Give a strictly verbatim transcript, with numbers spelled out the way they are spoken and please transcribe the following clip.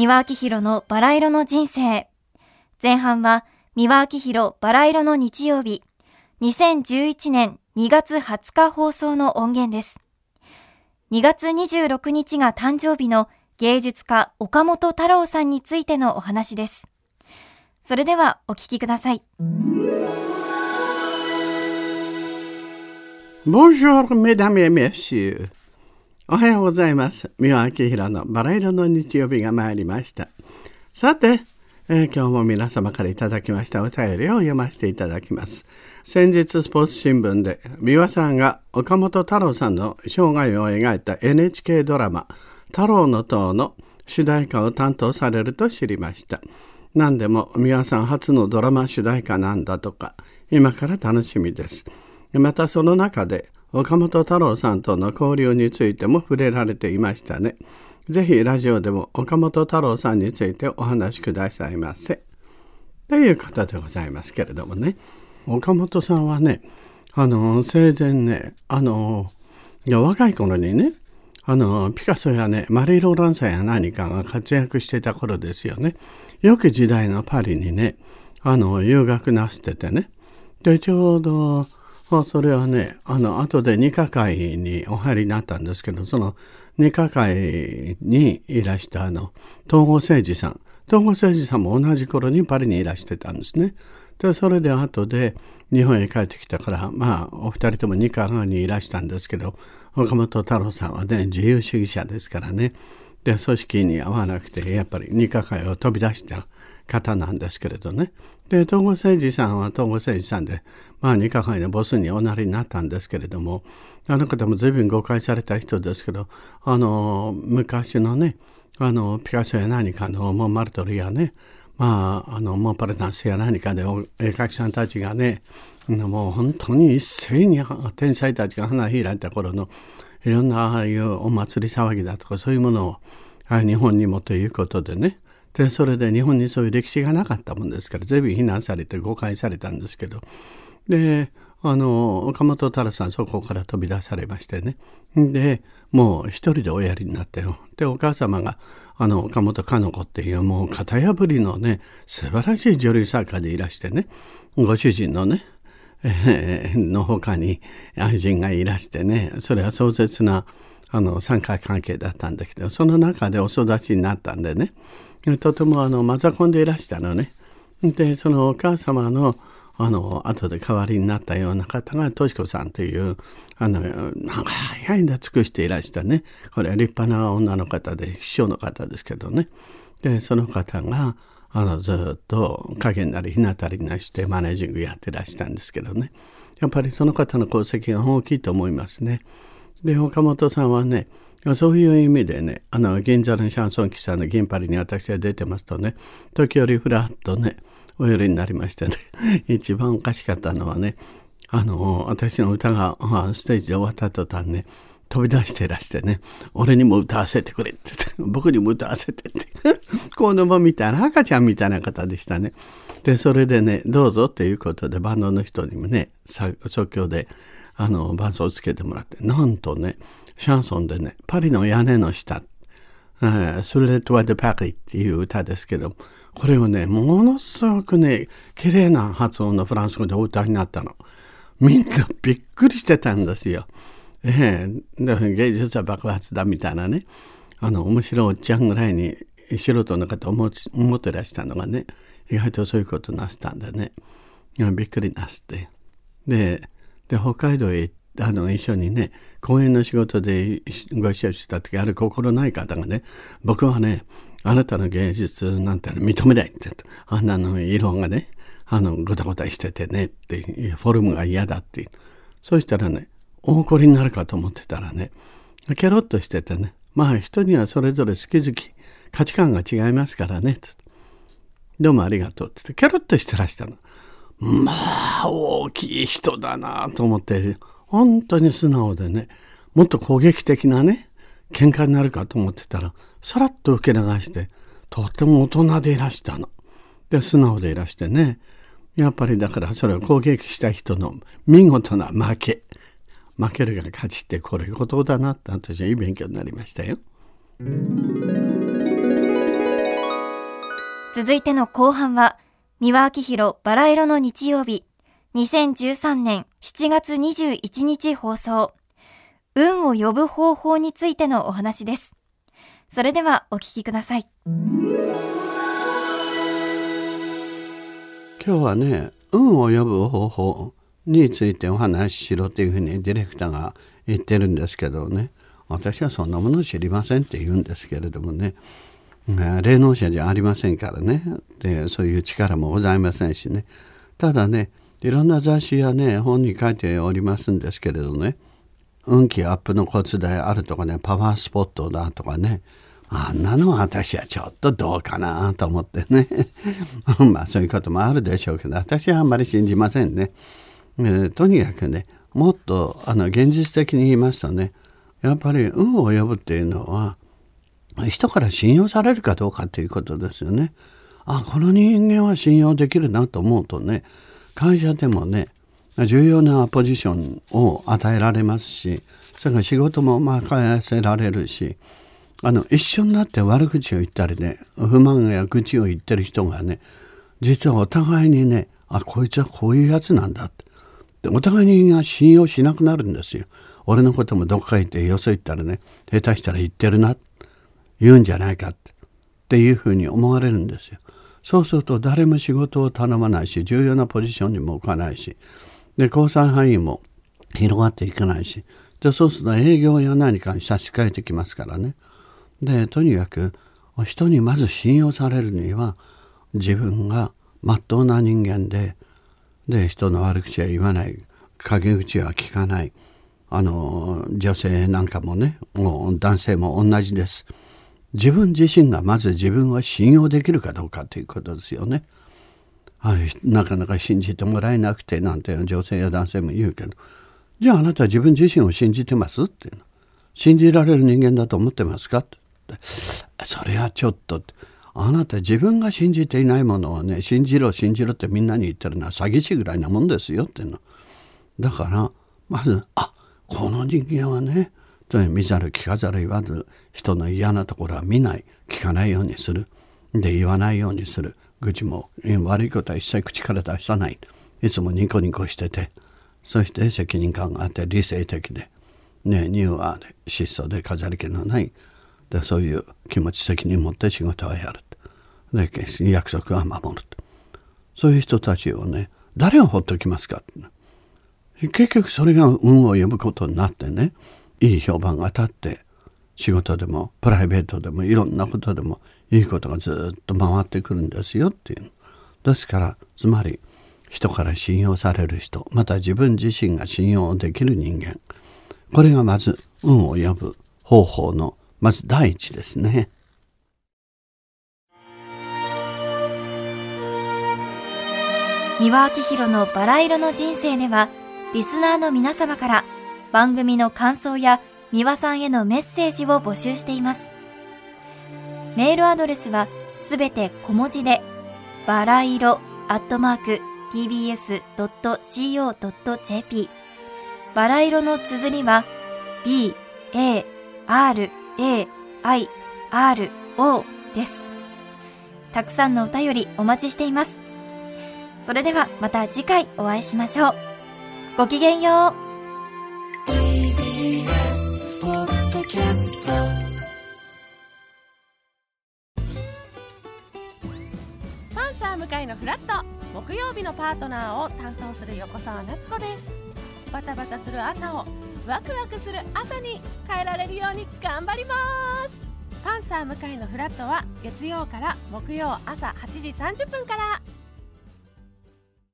三輪明宏のバラ色の人生。前半は三輪明宏バラ色の日曜日、にせんじゅういちねんにがつはつか放送の音源です。にがつにじゅうろくにちが誕生日の芸術家岡本太郎さんについてのお話です。それではお聞きください。 Bonjour, mesdames et messieurs. おはようございます。三輪明宏のバラ色の日曜日が参りました。さて、えー、今日も皆様からいただきましたお便りを読ませていただきます。先日スポーツ新聞で三輪さんが岡本太郎さんの生涯を描いた エヌエイチケー ドラマ太郎の塔の主題歌を担当されると知りました。何でも三輪さん初のドラマ主題歌なんだとか、今から楽しみです。またその中で岡本太郎さんとの交流についても触れられていましたね。ぜひラジオでも岡本太郎さんについてお話しくださいませ。という方でございますけれどもね。岡本さんはね、あの生前ね、あの若い頃にね、あのピカソやね、マリー・ローランサや何かが活躍してた頃ですよね。よく時代のパリにね、あの留学なすっててね。でちょうどそれはね、あの後で二課会にお入りになったんですけど、その二課会にいらしたあの東郷誠二さん、東郷誠二さんも同じ頃にパリにいらしてたんですね。でそれで後で日本へ帰ってきたから、まあお二人とも二課にいらしたんですけど、岡本太郎さんはね自由主義者ですからね。で組織に合わなくてやっぱり二課会を飛び出した方なんですけれどね。で東郷誠二さんは東郷誠二さんで、まあ二課会のボスにおなりになったんですけれども、あの方も随分誤解された人ですけど、あの昔のね、あのピカソや何かのモンマルトルやね、まああのモンパルナンスや何かで絵描きさんたちがね、もう本当に一斉に天才たちが花開いた頃のいろんなああいうお祭り騒ぎだとかそういうものを日本にもということでね。でそれで日本にそういう歴史がなかったもんですから随分非難されて誤解されたんですけど、であの岡本太郎さんそこから飛び出されましてね。でもう一人でおやりになったよ。でお母様があの岡本かの子っていうもう型破りのね素晴らしい女流作家でいらしてね、ご主人のね、えー、の他に愛人がいらしてね、それは壮絶なあの三角関係だったんだけど、その中でお育ちになったんでね、とてもあのマザコンでいらしたのね。でそのお母様のあの後で代わりになったような方がとし子さんというあの長い間尽くしていらしたね、これは立派な女の方で秘書の方ですけどね。でその方があのずっと影なり日なたりなしてマネージングやってらしたんですけどね、やっぱりその方の功績が大きいと思いますね。で岡本さんはね、そういう意味でね、あの銀座のシャンソン喫茶の銀パリに私が出てますとね、時折ふらっとねお寄りになりましてね一番おかしかったのはね、あの私の歌がステージで終わった途端ね飛び出していらしてね、俺にも歌わせてくれって僕にも歌わせてって子供みたいな赤ちゃんみたいな方でしたね。でそれでねどうぞっていうことでバンドの人にもね即興であの伴奏をつけてもらって、なんとねシャンソンでねパリの屋根の下、スレトワ・デ・パリっていう歌ですけど、これをねものすごくね綺麗な発音のフランス語でお歌になったの。みんなびっくりしてたんですよ。えー、芸術は爆発だみたいなね、あの面白いおっちゃんぐらいに素人の方思思ってらしたのがね、意外とそういうことなすったんでね、びっくりなすって、でで北海道へあの一緒にね講演の仕事でご一緒した時、ある心ない方がね、僕はねあなたの芸術なんて認めないって、あんなの色がねあのごたごたしててねってフォルムが嫌だって、そうしたらね大怒りになるかと思ってたらねケロッとしててね、まあ人にはそれぞれ好き好き価値観が違いますからねって、どうもありがとうってってケロッとしてらしたの。まあ大きい人だなと思って、本当に素直でね、もっと攻撃的なね喧嘩になるかと思ってたらさらっと受け流して、とっても大人でいらしたので、素直でいらしてね、やっぱりだからそれを攻撃した人の見事な負け負けるが勝ちってこれことだなって私はいい勉強になりましたよ。 続いての後半は、三輪明宏バラ色の日曜日、にせんじゅうさんねんしちがつにじゅういちにち放送、運を呼ぶ方法についてのお話です。それではお聞きください。 今日はね、運を呼ぶ方法についてお話ししろというふうにディレクターが言ってるんですけどね、私はそんなもの知りませんって言うんですけれどもね、霊能者じゃありませんからね、でそういう力もございませんしね。ただね、いろんな雑誌やね本に書いておりますんですけれどね、運気アップのコツであるとかね、パワースポットだとかね、あんなのは私はちょっとどうかなと思ってねまあそういうこともあるでしょうけど、私はあんまり信じませんね。えー、とにかくね、もっとあの現実的に言いますとね、やっぱり運を呼ぶっていうのは人から信用されるかどうかということですよね。あ、この人間は信用できるなと思うとね、会社でもね重要なポジションを与えられますし、それから仕事も任せられるし、あの一緒になって悪口を言ったりね、不満や愚痴を言ってる人がね、実はお互いにね、あ、こいつはこういうやつなんだってお互いにが信用しなくなるんですよ。俺のこともどっか行ってよそ行ったらね、下手したら言ってるな、言うんじゃないかっていうふうに思われるんですよ。そうすると誰も仕事を頼まないし、重要なポジションにも置かないし、で交際範囲も広がっていかないし、でそうすると営業や何かに差し替えてきますからね。でとにかく人にまず信用されるには、自分がまっとうな人間で、で人の悪口は言わない、陰口は聞かない、あの女性なんかもね、もう男性も同じです。自分自身がまず自分を信用できるかどうかということですよね。はい、なかなか信じてもらえなくてなんて女性や男性も言うけど、じゃああなたは自分自身を信じてますっていうの、信じられる人間だと思ってますかって、それはちょっと、あなた自分が信じていないものをね、信じろ信じろってみんなに言ってるのは詐欺師ぐらいなもんですよっていうの。だからまず、あ、この人間はね、見ざる聞かざる言わず、人の嫌なところは見ない、聞かないようにする、で言わないようにする、愚痴も悪いことは一切口から出さない、いつもニコニコしてて、そして責任感があって理性的で、ね、柔和で質素で飾り気のない、でそういう気持ち責任を持って仕事をやる、で約束は守る、そういう人たちをね、誰をほっときますか。結局それが運を呼ぶことになってね、いい評判が立って、仕事でもプライベートでもいろんなことでもいいことがずっと回ってくるんですよっていう。ですからつまり人から信用される人、また自分自身が信用できる人間、これがまず運を呼ぶ方法のまず第一ですね。 三輪明宏のバラ色の人生では、リスナーの皆様から番組の感想や三輪さんへのメッセージを募集しています。メールアドレスはすべて小文字で、バラ色アットマーク ティービーエスドットシーオードットジェーピー、 バラ色の綴りは ビー エー アール エー アイ アール オー です。たくさんのお便りお待ちしています。それではまた次回お会いしましょう。ごきげんよう。 パンサー向井のフラット、木曜日のパートナーを担当する横澤夏子です。バタバタする朝をワクワクする朝に変えられるように頑張ります。パンサー向井のフラットは月曜から木曜朝はちじさんじゅっぷんから。